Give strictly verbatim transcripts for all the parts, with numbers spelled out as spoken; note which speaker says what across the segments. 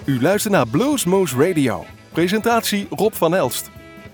Speaker 1: U luistert naar Bluesmoose Radio. Presentatie Rob van Elst.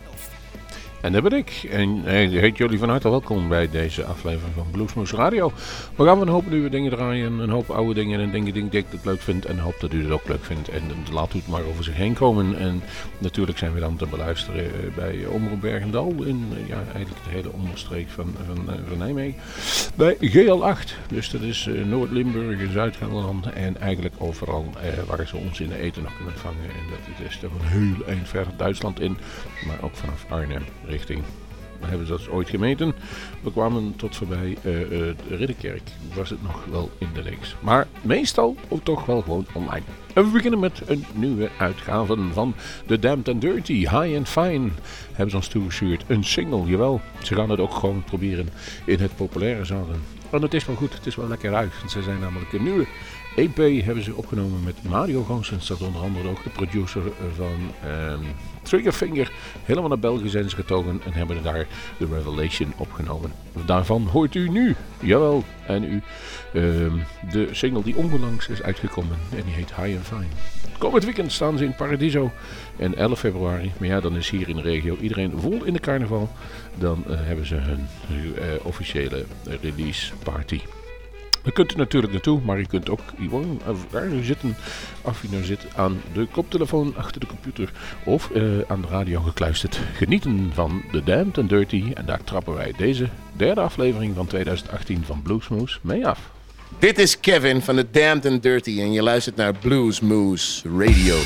Speaker 2: En dat ben ik. En hey, heet jullie van harte welkom bij deze aflevering van Bluesmoose Radio. We gaan een hoop nieuwe dingen draaien, een hoop oude dingen en dingen die ik het leuk vind en hoop dat u het ook leuk vindt. En laat u het maar over zich heen komen. En natuurlijk zijn we dan te beluisteren bij Omroep Bergendal in ja, eigenlijk de hele onderstreek van, van, van Nijmegen. Bij G L acht, dus dat is uh, Noord-Limburg, Zuid-Gelderland en eigenlijk overal uh, waar ze ons in de eten nog kunnen vangen. En dat is toch een heel eind ver Duitsland in, maar ook vanaf Arnhem richting. We hebben dat ooit gemeten. We kwamen tot voorbij uh, uh, de Ridderkerk. Was het nog wel in de reeks. Maar meestal ook toch wel gewoon online. En we beginnen met een nieuwe uitgave van The Damned and Dirty, High and Fine. Hebben ze ons toegestuurd. Een single, jawel. Ze gaan het ook gewoon proberen in het populaire genre. En het is wel goed, het is wel lekker uit. Ze zijn namelijk een nieuwe E P hebben ze opgenomen met Mario Goossens. Dat is onder andere ook de producer van um, Triggerfinger. Helemaal naar België zijn ze getogen en hebben daar de Revelation opgenomen. Daarvan hoort u nu, jawel, en u, um, de single die onlangs is uitgekomen. En die heet High and Fine. Komend weekend staan ze in Paradiso. En elf februari, maar ja, dan is hier in de regio iedereen vol in de carnaval. Dan uh, hebben ze hun uh, officiële release party. Daar kunt u natuurlijk naartoe, maar u kunt ook gewoon waar u zitten, of u nou zit aan de koptelefoon achter de computer of uh, aan de radio gekluisterd. Genieten van The Damned and Dirty en daar trappen wij deze derde aflevering van twintig achttien van Bluesmoose mee af.
Speaker 3: Dit is Kevin van The Damned and Dirty en je luistert naar Bluesmoose Radio.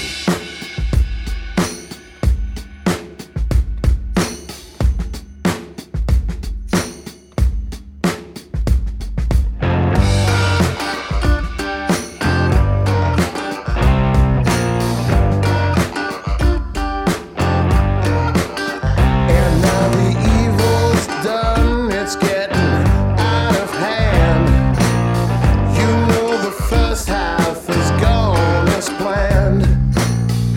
Speaker 4: First half is gone as planned.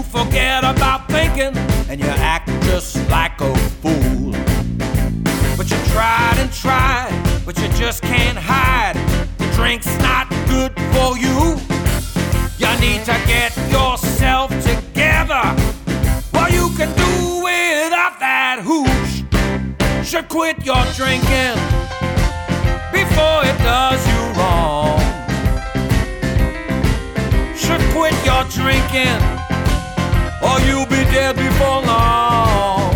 Speaker 4: forget about thinking and you act just like a fool. But you tried and tried, but you just can't hide. The drink's not good for you. You need to get yourself together, or you can do without that hooch. Should quit your drinking before it does you wrong. Should quit your drinking, or you'll be dead before long.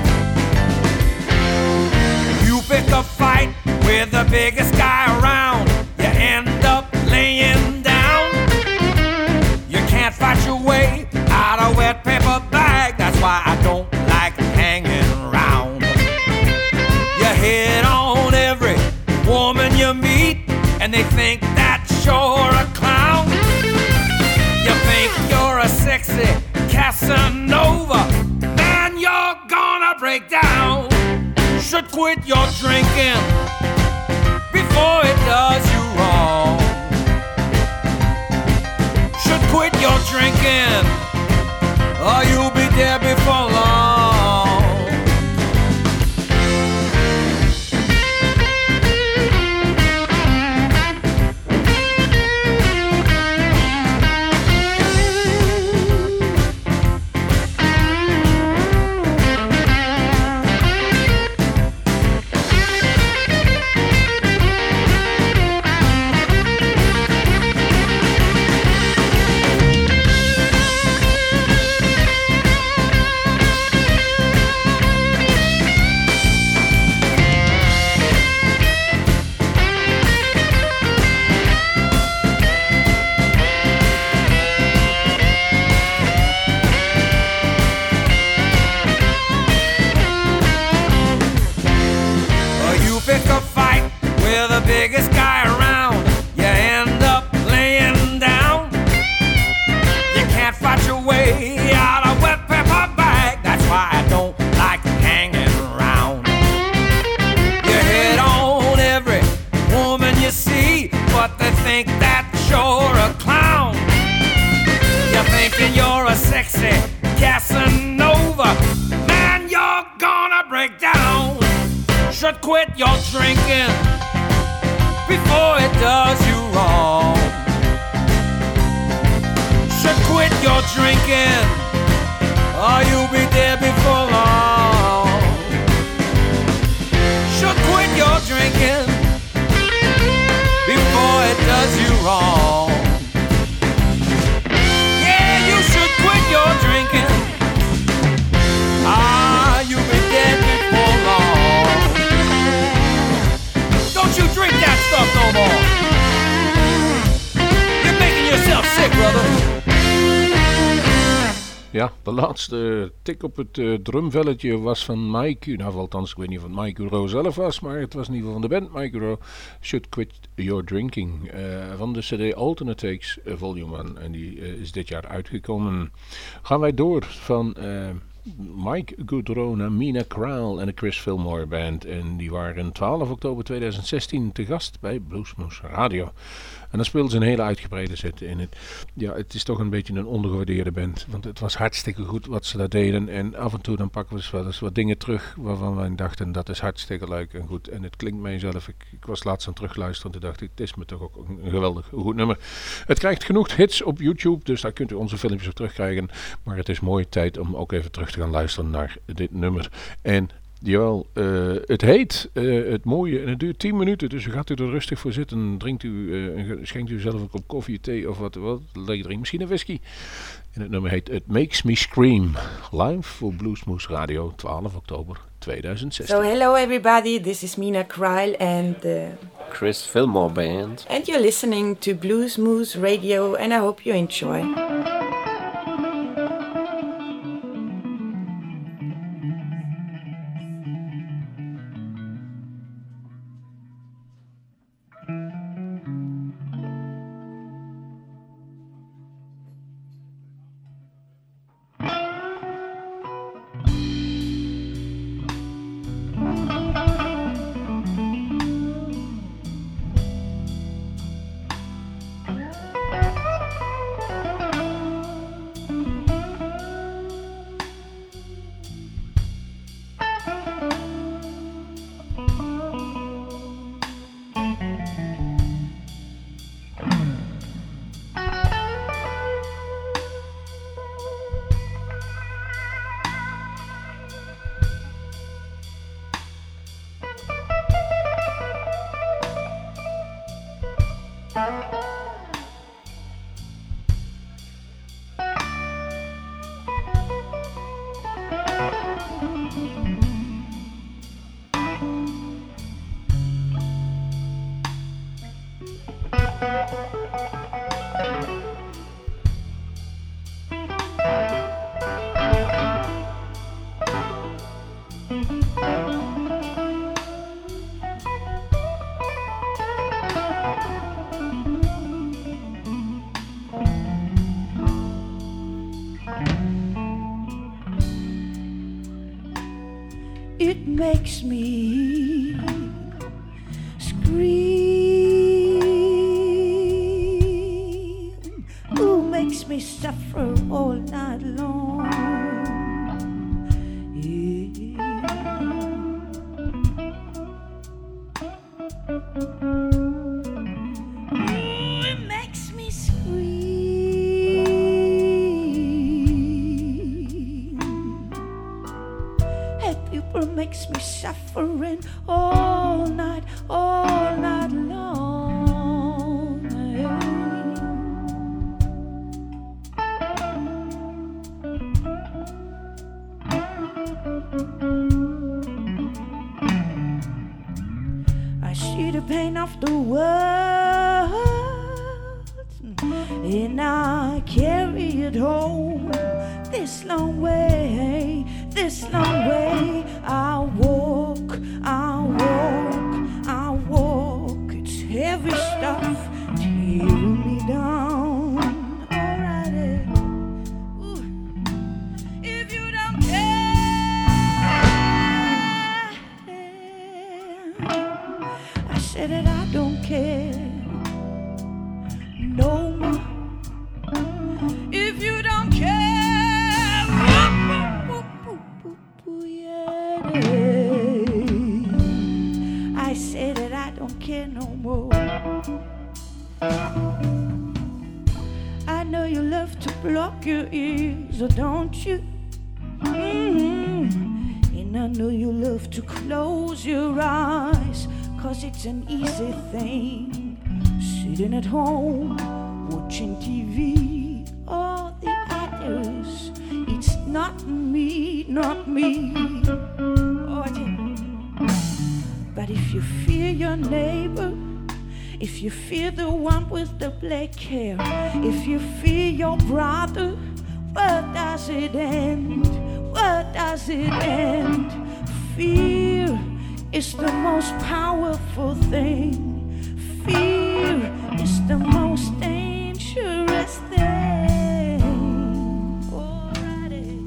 Speaker 4: You pick a fight with the biggest guy around, you end up laying down. You can't fight your way out of wet paper bag, that's why I don't like hanging around. You hit on every woman you meet, and they think that you're a clown. You think you're a sexy Casanova, man, you're gonna break down. Should quit your drinking before it does you wrong. Should quit your drinking, or you'll be dead before long. Biggest guy around, you end up laying down. You can't fight your way out of wet pepper bag, that's why I don't like hanging around. You hit on every woman you see, but they think that you're a clown. You're thinking you're a sexy Casanova, man, you're gonna break down. Should quit your drinking before it does you wrong. Should quit your drinking, or you'll be dead before long. Should quit your drinking before it does you wrong. Yeah, you should quit your drinking, ah, you'll be dead before long. Don't you drink that stuff no more. You're making yourself sick, brother.
Speaker 2: Ja, de laatste tik op het uh, drumvelletje was van Mike. Nou, althans, ik weet niet of het Mike Uro zelf was, maar het was in ieder geval van de band Mike Uro. Should Quit Your Drinking. Uh, van de C D Alternate Takes uh, Volume one. En die uh, is dit jaar uitgekomen. Gaan wij door van Uh, Mike Goodrow naar Mina Crowell en de Chris Fillmore Band. En die waren twaalf oktober tweeduizend zestien te gast bij Bluesmoose Radio. En dan speelden ze een hele uitgebreide set in het. Ja, het is toch een beetje een ondergewaardeerde band. Want het was hartstikke goed wat ze daar deden. En af en toe dan pakken we eens wel eens wat dingen terug waarvan wij dachten dat is hartstikke leuk en goed. En het klinkt mijzelf. Ik, ik was laatst aan het terugluisteren en toen dacht ik, het is me toch ook een geweldig goed nummer. Het krijgt genoeg hits op YouTube, dus daar kunt u onze filmpjes op terugkrijgen. Maar het is mooie tijd om ook even terug te gaan luisteren naar dit nummer. En jawel, uh, het heet uh, het mooie en het duurt tien minuten, dus u gaat u er rustig voor zitten. Drinkt u, uh, schenkt u zelf een kop koffie, thee of wat, wat lekker drinken, misschien een whisky. En het nummer heet It Makes Me Scream, live voor Bluesmoose Radio, twaalf oktober tweeduizend zestien.
Speaker 5: So hello everybody, this is Mina Crowell and uh,
Speaker 6: Chris Fillmore Band.
Speaker 5: And you're listening to Bluesmoose Radio and I hope you enjoy.
Speaker 7: It makes me scream. Ooh, makes me suffer all night long. Yeah. Ooh, it makes me scream. Hey, people, makes me suffering all night, all night long. I see the pain of the world, and I carry it home. This long way, this long way, I walk, I walk, I walk. It's heavy stuff tearing me down. Alrighty. Ooh. If you don't care, I said that I don't care no more. If you don't care, I say that I don't care no more. I know you love to block your ears, or don't you? Mm-hmm. And I know you love to close your eyes, 'cause it's an easy thing, sitting at home, watching T V, all the others. It's not me, not me. Oh, I tell you. But if you fear your neighbor, if you fear the one with the black hair, if you fear your brother, where does it end? Where does it end? Fear is the most powerful thing. Fear is the most dangerous thing. Alrighty.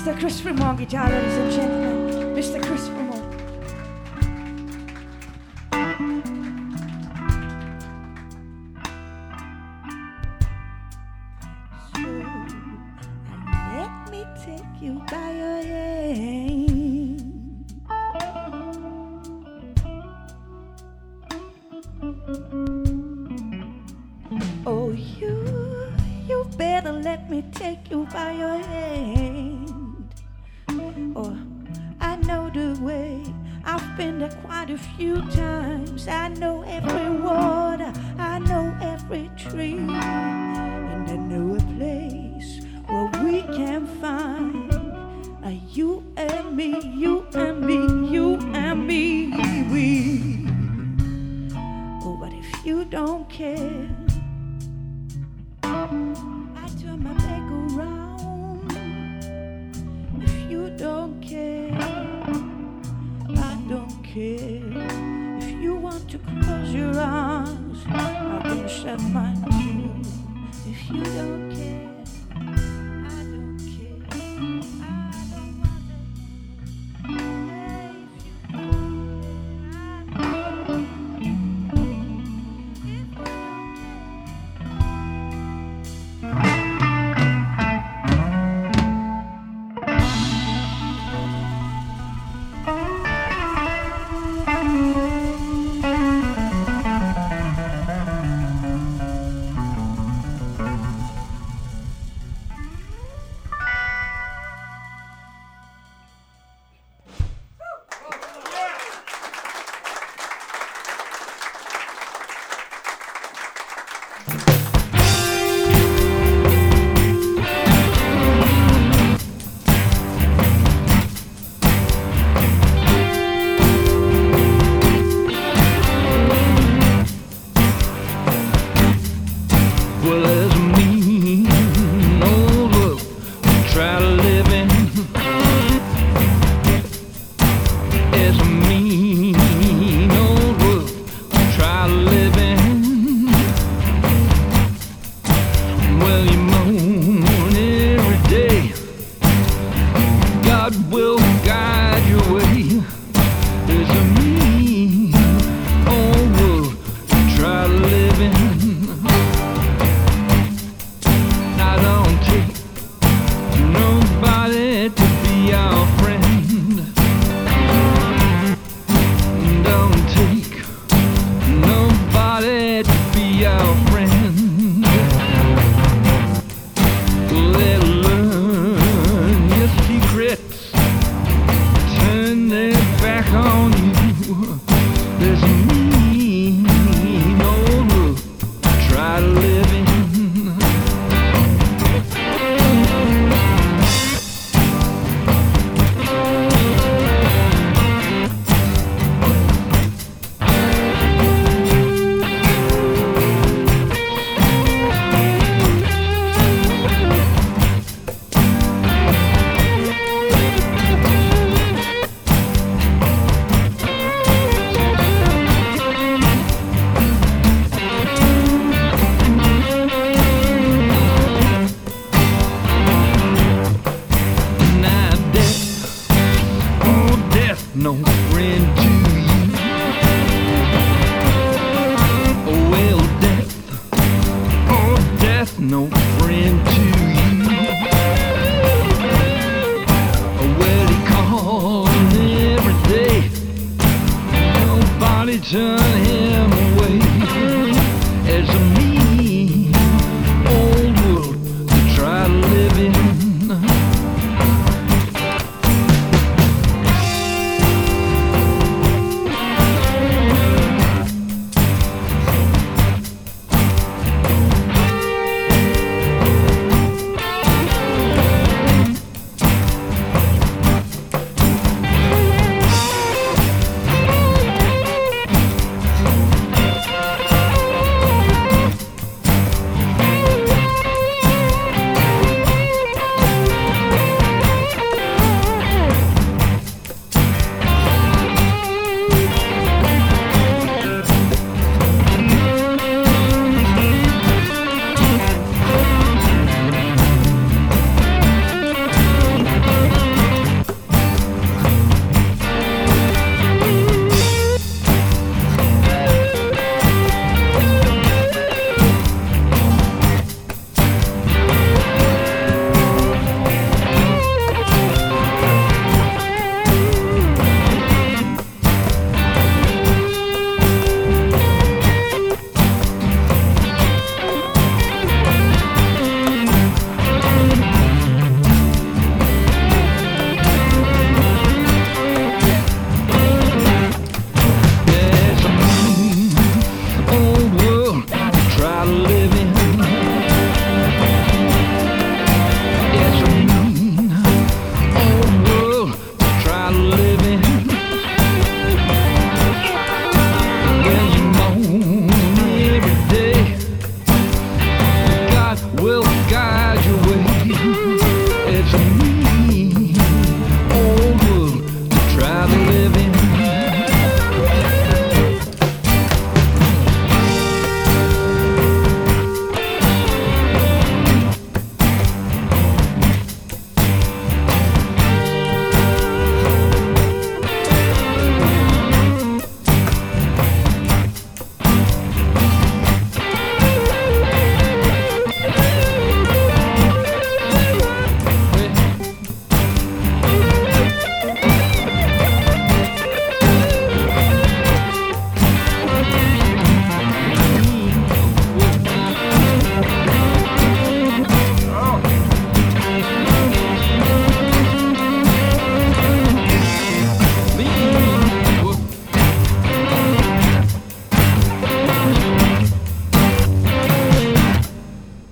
Speaker 7: Mister Chris Fremont guitar, ladies and gentlemen. Mister Chris Fremont. So, now let me take you by your hand. Oh, you, you better let me take you by your hand. Oh, I know the way. I've been there quite a few times. I know every water, I know every tree, and I know a place where we can find uh, you and me, you and me, you and me. We. Oh, but if you don't care, I turn my back around. If you don't care, I don't care. If you want to close your eyes, I can shut mine too. If you don't care, I don't care. I don't want it. Hey, if you don't care, I don't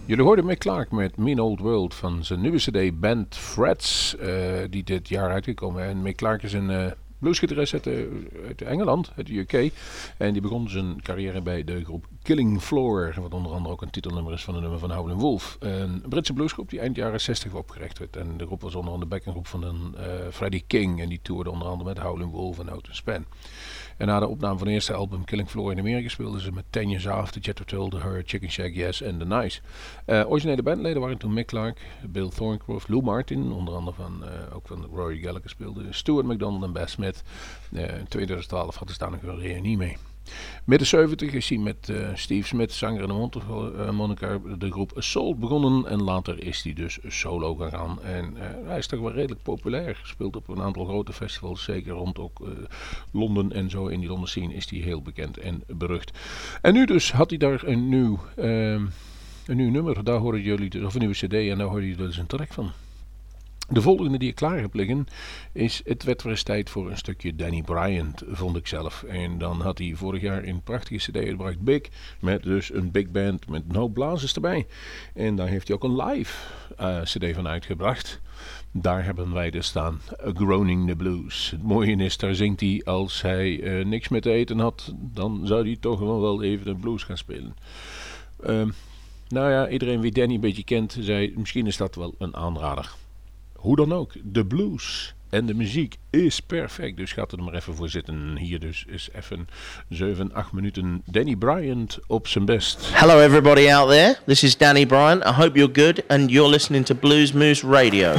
Speaker 2: Jullie hoorden Mick Clark met Mean Old World van zijn nieuwe cd Band Frets, uh, die dit jaar uitgekomen. En Mick Clark is een uh, bluesgitarist uit, uh, uit Engeland, uit de U K. En die begon zijn carrière bij de groep Killing Floor, wat onder andere ook een titelnummer is van een nummer van Howlin' Wolf. Een Britse bluesgroep die eind jaren zestig opgericht werd. En de groep was onder andere de backinggroep van een uh, Freddie King. En die toerde onder andere met Howlin' Wolf en Out to Span. En na de opname van het eerste album Killing Floor in Amerika speelden ze met Ten Years After, Jethro Tull, The Hurt, Chicken Shack, Yes en The Nice. Uh, originele bandleden waren toen Mick Clark, Bill Thorncroft, Lou Martin, onder andere van, uh, ook van Rory Gallagher speelde, Stuart McDonald en Baz Smith. Uh, in twintig twaalf had er staan nog een reunie mee. Midden zeventig is hij met uh, Steve Smith, zanger en de mondharmonica, de groep Assault begonnen. En later is hij dus solo gegaan. En uh, hij is toch wel redelijk populair. Speelt op een aantal grote festivals. Zeker rond ook uh, Londen en zo. In die Londen scene is hij heel bekend en berucht. En nu dus had hij daar een nieuw, uh, een nieuw nummer. Daar hoorden jullie, of een nieuwe cd. En daar hoorden jullie dus een track van. De volgende die ik klaar heb liggen is Het werd weer eens tijd voor een stukje Danny Bryant, vond ik zelf. En dan had hij vorig jaar een prachtige cd uitgebracht, Big, met dus een big band met een hoop blazers erbij. En daar heeft hij ook een live uh, cd van uitgebracht. Daar hebben wij dus staan, Groaning the Blues. Het mooie is, daar zingt hij als hij uh, niks meer te eten had, dan zou hij toch wel, wel even de blues gaan spelen. Uh, nou ja, iedereen wie Danny een beetje kent, zei misschien is dat wel een aanrader. Hoe dan ook, de blues en de muziek is perfect. Dus gaat er maar even voor zitten. Hier dus is even zeven, acht minuten Danny Bryant op zijn best.
Speaker 8: Hello everybody out there. This is Danny Bryant. I hope you're good and you're listening to Blues Moose Radio.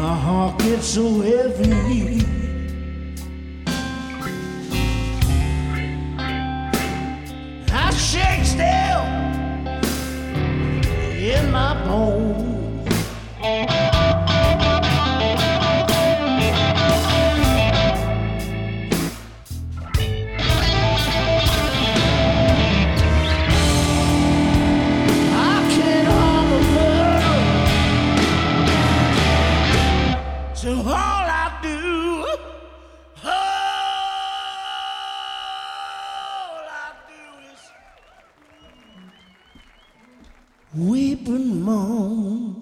Speaker 7: my heart gets so heavy. I shake still in my bones. So all I do, all I do is weep and moan.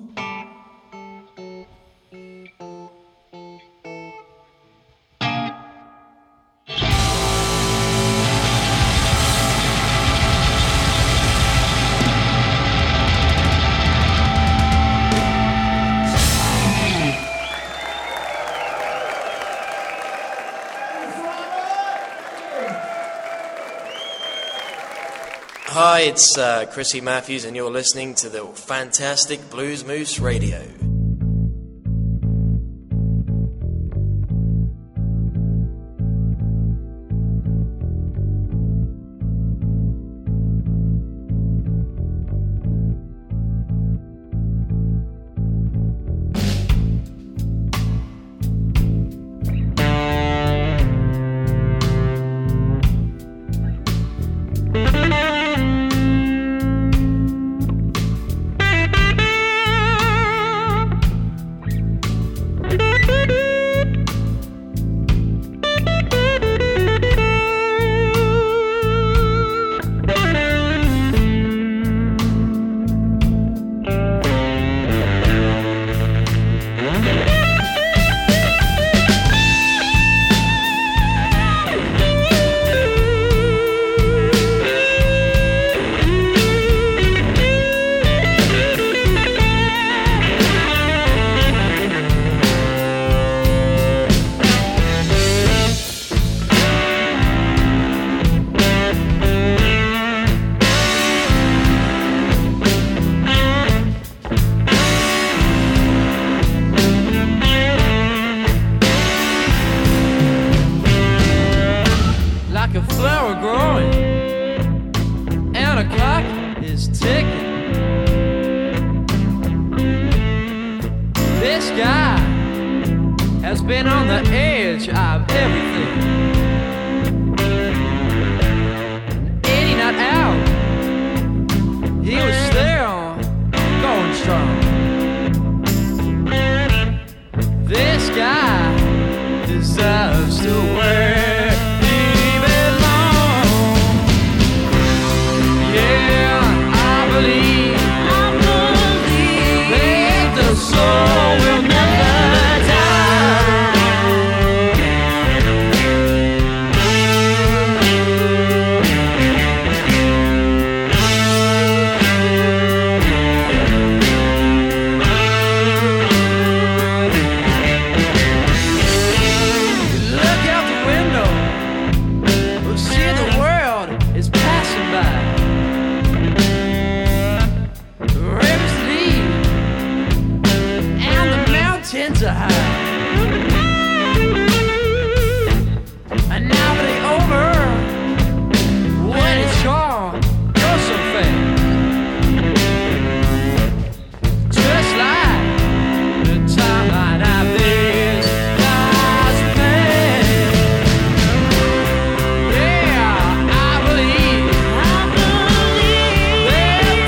Speaker 9: Hi, it's uh, Chrissy Matthews, and you're listening to the fantastic Blues Moose Radio.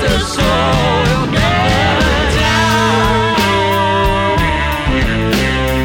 Speaker 7: Yeah.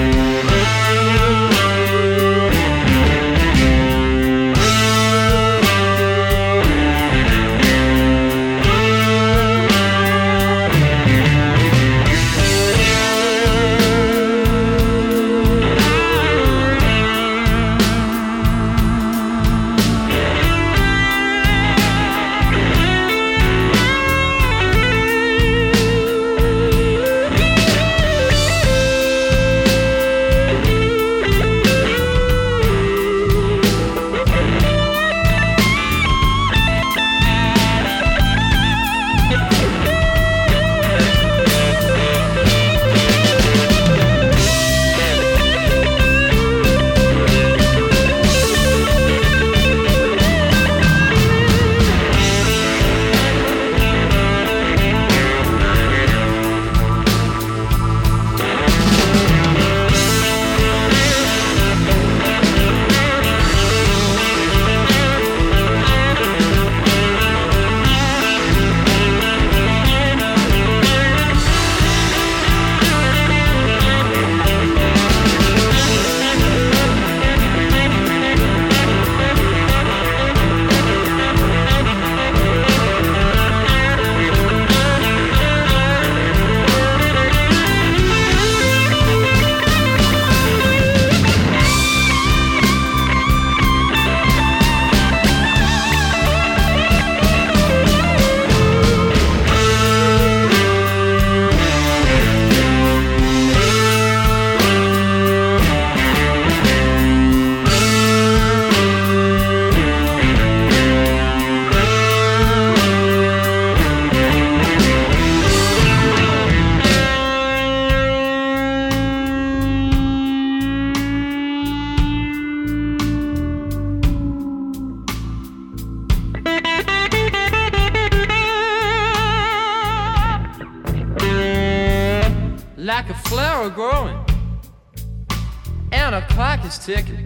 Speaker 10: are growing, and a clock is ticking.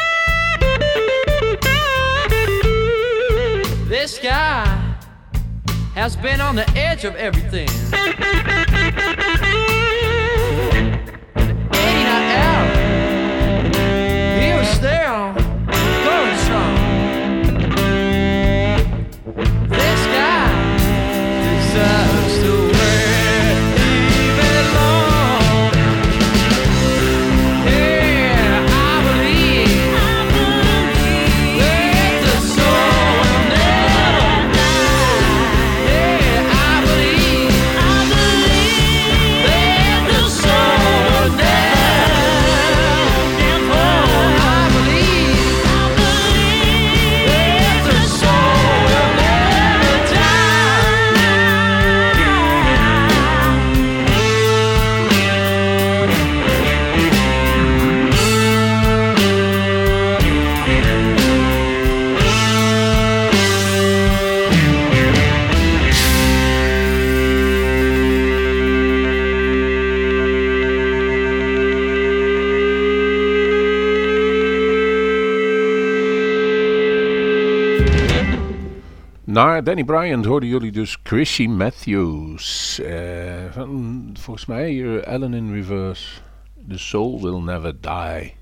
Speaker 10: This guy has been on the edge of everything. eighty-nine hours, he was still going strong. This guy deserves to where he belongs. Yeah, I believe, I believe that the soul will never die. Yeah, I believe, I believe that the soul will never die. Oh, I believe, I believe that the soul will never
Speaker 2: Na Danny Bryant hoorden jullie dus Chrissy Matthews. Uh, van, volgens mij uh, Ellen in Reverse. The Soul Will Never Die.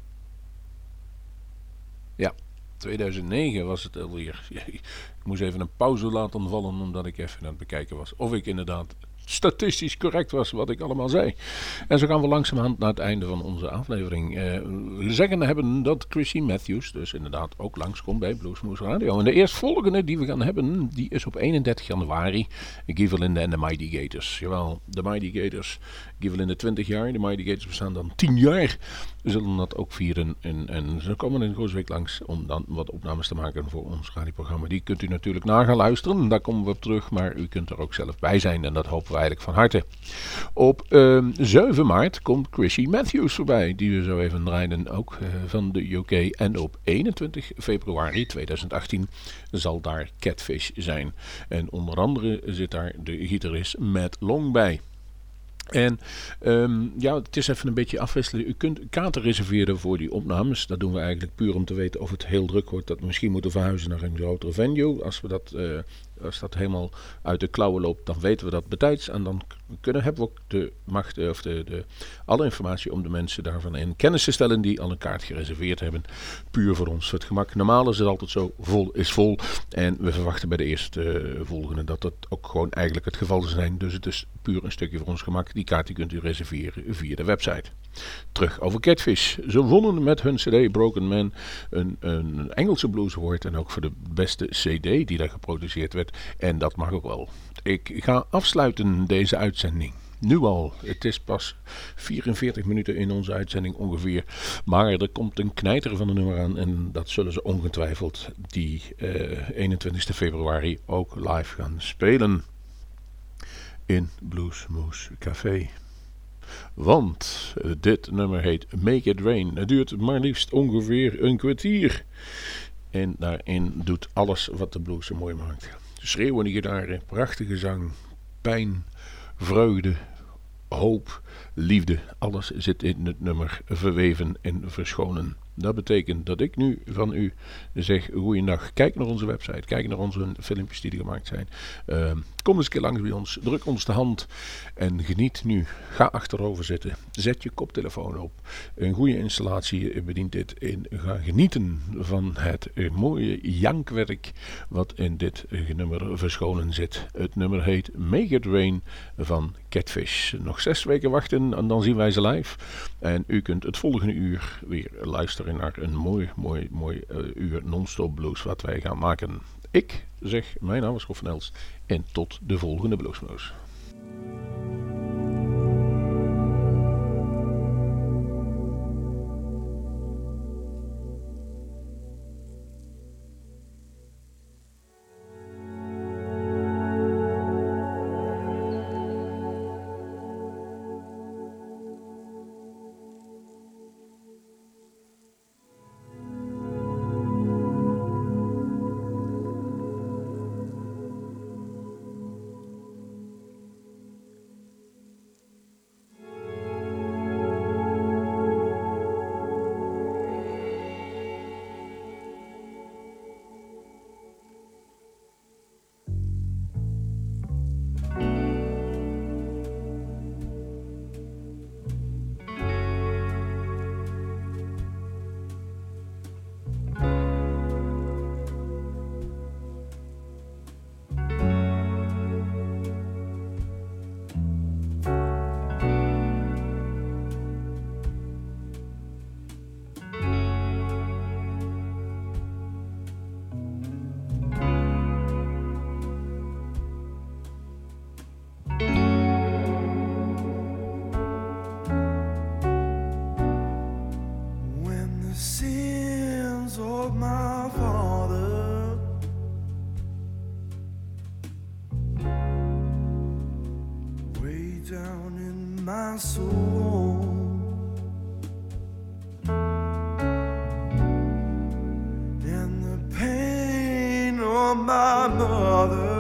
Speaker 2: Ja, tweeduizend negen was het alweer. Ik moest even een pauze laten vallen omdat ik even aan het bekijken was. Of ik inderdaad statistisch correct was wat ik allemaal zei. En zo gaan we langzamerhand naar het einde van onze aflevering. Uh, we zeggen hebben dat Chrissy Matthews dus inderdaad ook langskomt bij Bluesmoose Radio. En de eerstvolgende die we gaan hebben, die is op eenendertig januari. Givelinde en de Mighty Gators. Jawel, de Mighty Gators. Givelinde twintig jaar, de Mighty Gators bestaan dan tien jaar. We zullen dat ook vieren. En, en ze komen een grote week langs om dan wat opnames te maken voor ons radioprogramma. Die kunt u natuurlijk na gaan luisteren. Daar komen we op terug. Maar u kunt er ook zelf bij zijn. En dat hopen we eigenlijk van harte. Op uh, zeven maart komt Chrissy Matthews voorbij. Die we zo even draaien. Ook uh, van de U K. En op eenentwintig februari tweeduizend achttien zal daar Catfish zijn. En onder andere zit daar de gitarist Matt Long bij. En um, ja, het is even een beetje afwisselen. U kunt kaarten reserveren voor die opnames. Dat doen we eigenlijk puur om te weten of het heel druk wordt. Dat we misschien moeten verhuizen naar een grotere venue. Als we dat, uh, als dat helemaal uit de klauwen loopt, dan weten we dat betijds. En dan kunnen, hebben we ook de macht, of de, de, alle informatie om de mensen daarvan in kennis te stellen die al een kaart gereserveerd hebben. Puur voor ons het gemak. Normaal is het altijd zo, vol is vol. En we verwachten bij de eerste uh, volgende dat dat ook gewoon eigenlijk het geval zal zijn. Dus het is puur een stukje voor ons gemak. Die kaart die kunt u reserveren via de website. Terug over Catfish. Ze wonnen met hun cd Broken Man een, een Engelse Blues Award. En ook voor de beste cd die daar geproduceerd werd. En dat mag ook wel. Ik ga afsluiten deze uitzending. Nu al. Het is pas vierenveertig minuten in onze uitzending ongeveer. Maar er komt een knijter van een nummer aan. En dat zullen ze ongetwijfeld die uh, eenentwintigste februari ook live gaan spelen. In Bluesmoose Café. Want uh, dit nummer heet Make It Rain. Het duurt maar liefst ongeveer een kwartier. En daarin doet alles wat de blues zo mooi maakt. Schreeuwende gitaren, prachtige zang, pijn, vreugde, hoop, liefde. Alles zit in het nummer verweven en verschonen. Dat betekent dat ik nu van u zeg, goeiedag, kijk naar onze website, kijk naar onze filmpjes die er gemaakt zijn. Uh, kom eens een keer langs bij ons, druk ons de hand en geniet nu. Ga achterover zitten, zet je koptelefoon op. Een goede installatie bedient dit in. Ga genieten van het uh, mooie jankwerk wat in dit uh, nummer verschonen zit. Het nummer heet Make It Rain van Catfish. Nog zes weken wachten en dan zien wij ze live. En u kunt het volgende uur weer luisteren naar een mooi, mooi, mooi uh, uur non-stop blues wat wij gaan maken. Ik zeg, mijn naam is Rob van Elst en tot de volgende Bluesmoose.
Speaker 11: soul. And the pain of my mother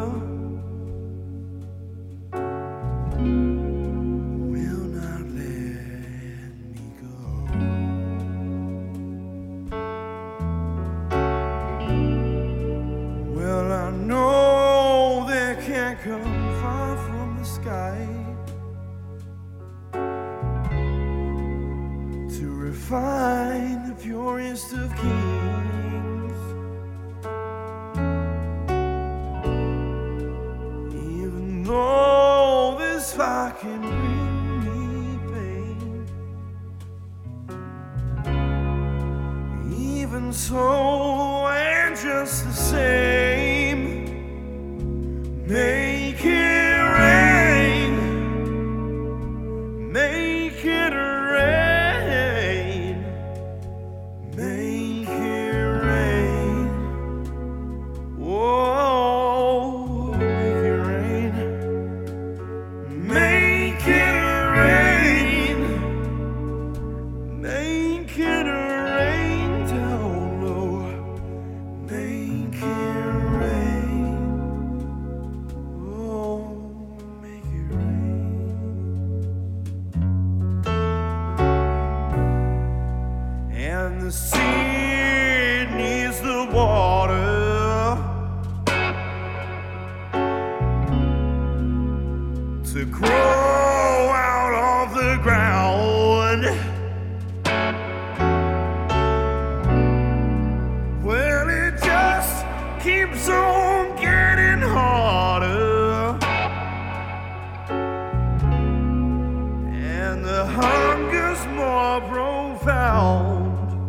Speaker 11: will not let me go. Well, I know they can't come far from the sky to refine the purest of kings. Even though this fire can bring me pain, even so, and just the same, make it rain, make it rain, make it rain, whoa, make it rain, make it rain, make it rain down low, make it rain. Oh, make it rain. And the seed needs the water to grow out of the ground. Well, it just keeps on getting harder, and the hunger's more profound.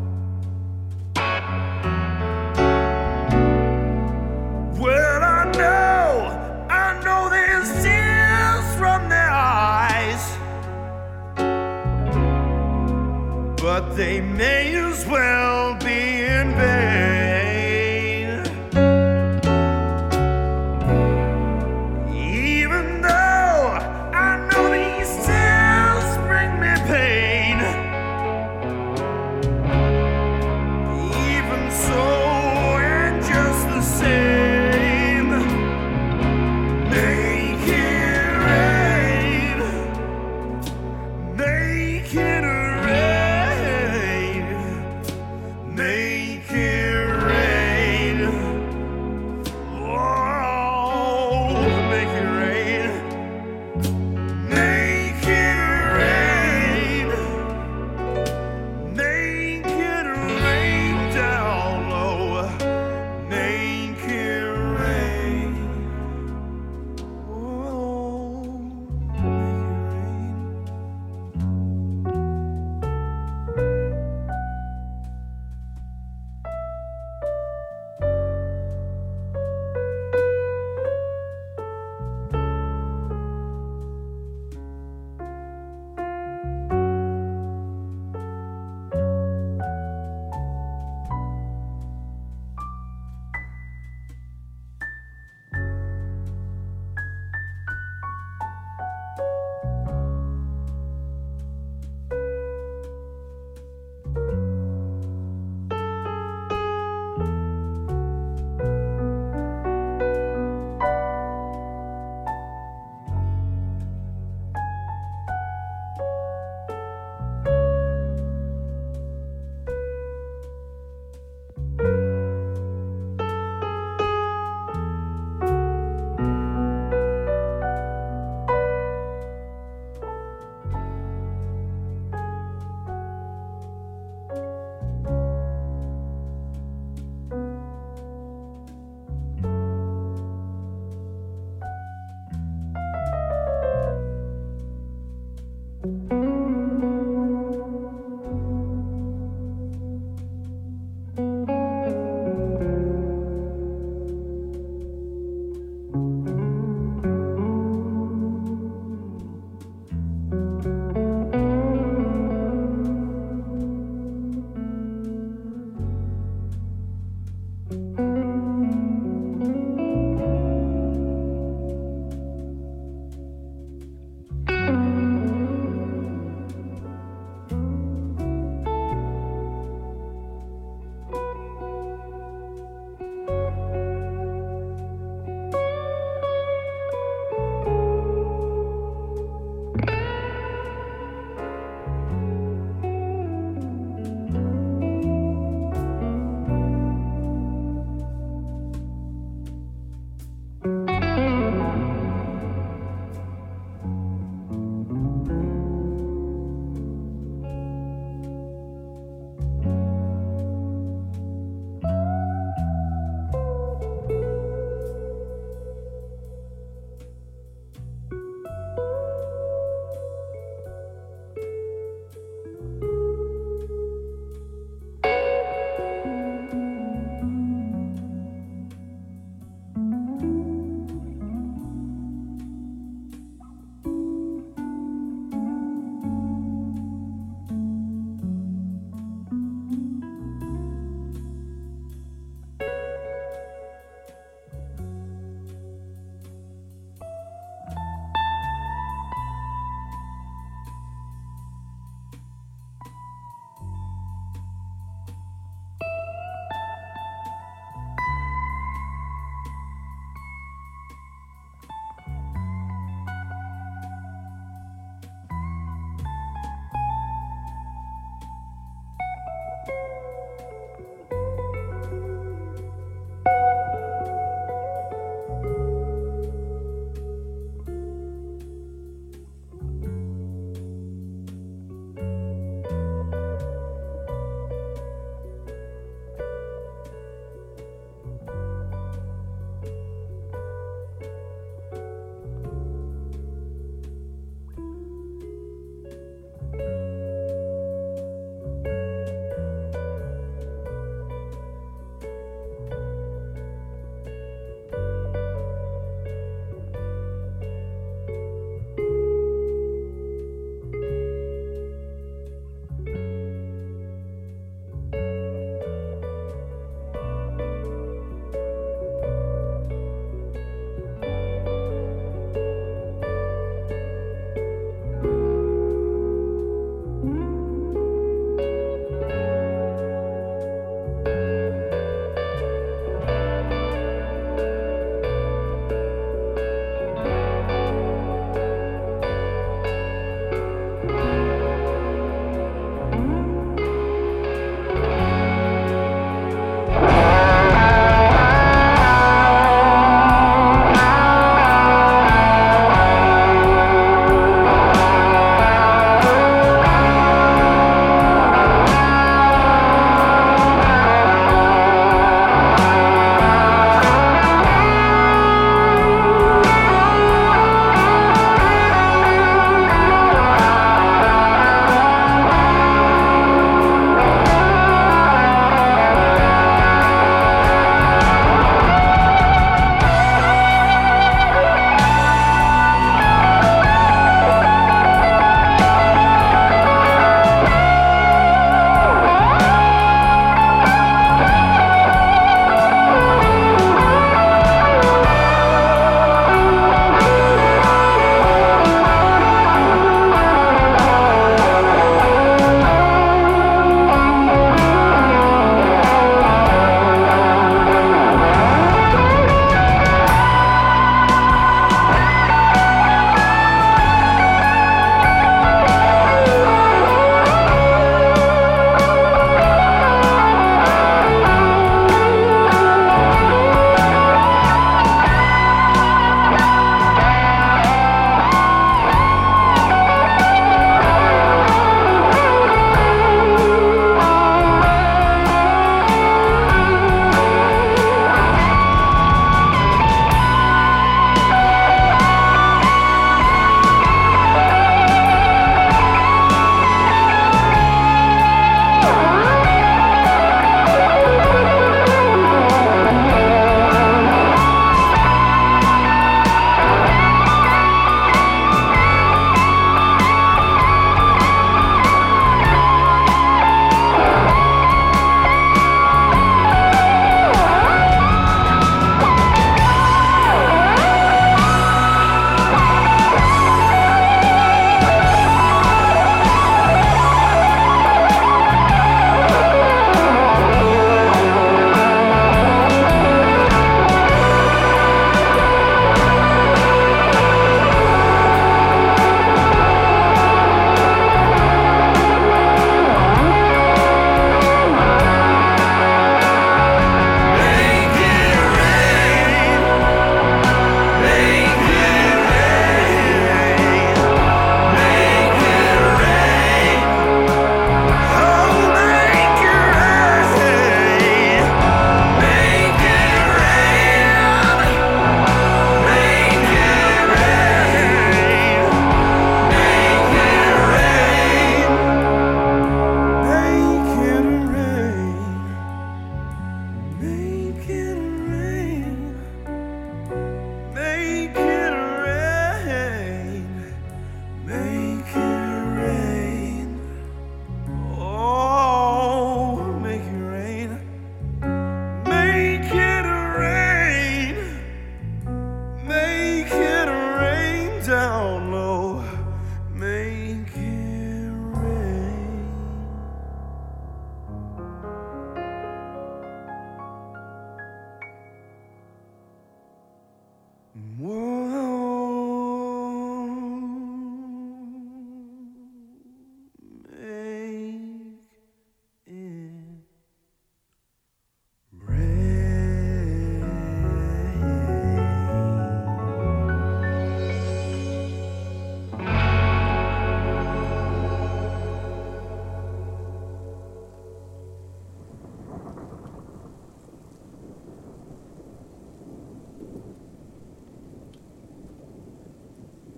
Speaker 11: Well, I know, I know there's tears from their eyes, but they may as well be in vain. Even though I know these tears bring me pain, even so, and just the same, make it rain, make it rain, make it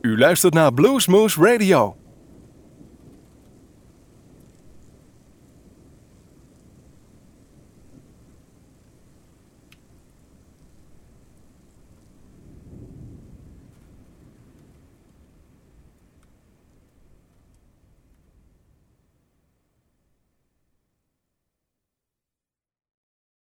Speaker 1: U luistert naar Bluesmoose Radio.